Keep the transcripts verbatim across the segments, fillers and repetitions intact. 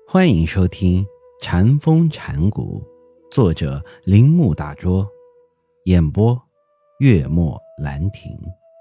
欢迎收听《禅风禅谷》，作者铃木大拙，演播月末兰亭。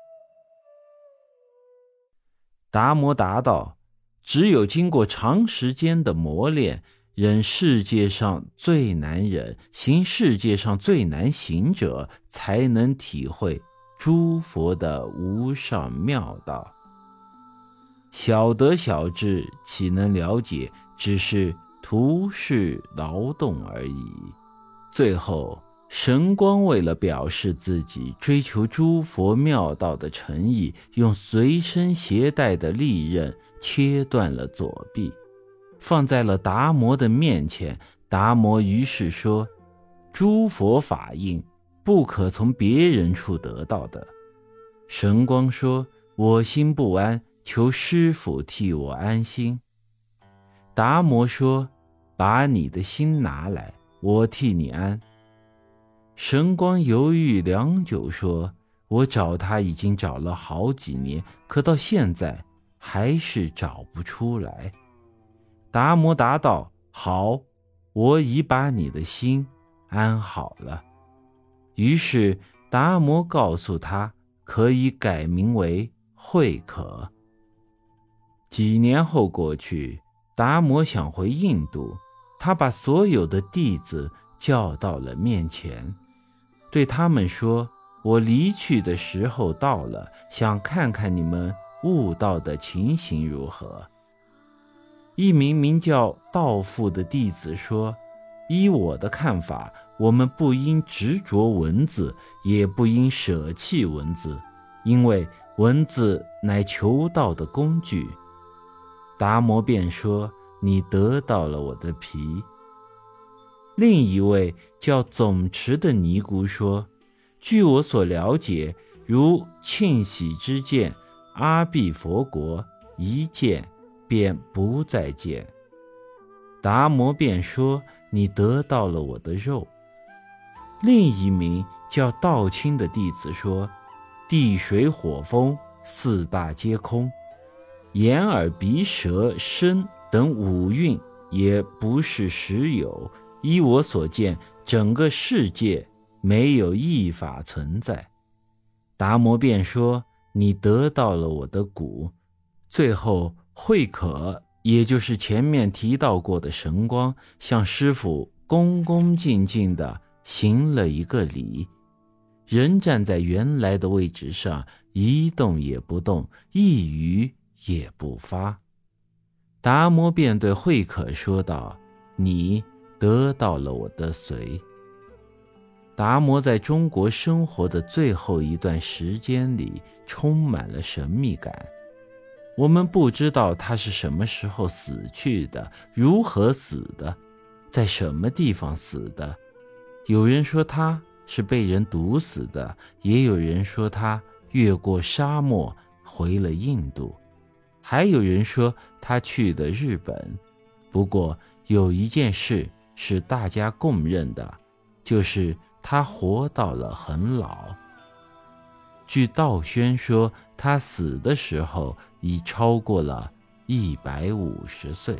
达摩答道：只有经过长时间的磨练，忍世界上最难忍，行世界上最难行者，才能体会诸佛的无上妙道。小德小智岂能了解，只是徒是劳动而已。最后神光为了表示自己追求诸佛妙道的诚意，用随身携带的利刃切断了左臂，放在了达摩的面前。达摩于是说：诸佛法印不可从别人处得到的。神光说：我心不安，求师父替我安心。达摩说：把你的心拿来，我替你安。神光犹豫良久说：我找他已经找了好几年，可到现在还是找不出来。达摩答道：好，我已把你的心安好了。于是达摩告诉他可以改名为慧可。几年后过去，达摩想回印度，他把所有的弟子叫到了面前，对他们说：我离去的时候到了，想看看你们悟道的情形如何。一名名叫道父的弟子说：依我的看法，我们不应执着文字，也不应舍弃文字，因为文字乃求道的工具。达摩便说：你得到了我的皮。另一位叫总持的尼姑说：据我所了解，如庆喜之见，阿毗佛国一见便不再见。达摩便说：你得到了我的肉。另一名叫道清的弟子说：地水火风四大皆空，眼耳鼻舌身等五蕴也不是实有，依我所见，整个世界没有一法存在。达摩便说：你得到了我的骨。最后慧可，也就是前面提到过的神光，向师父恭恭敬敬地行了一个礼，人站在原来的位置上，一动也不动，一语也不发。达摩便对慧可说道：你得到了我的随。达摩在中国生活的最后一段时间里，充满了神秘感。我们不知道他是什么时候死去的，如何死的，在什么地方死的。有人说他是被人毒死的，也有人说他越过沙漠回了印度，还有人说他去了日本。不过有一件事是大家共认的，就是他活到了很老。据道宣说，他死的时候已超过了一百五十岁。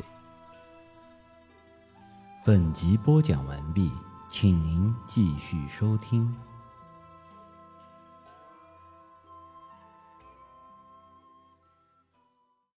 本集播讲完毕，请您继续收听。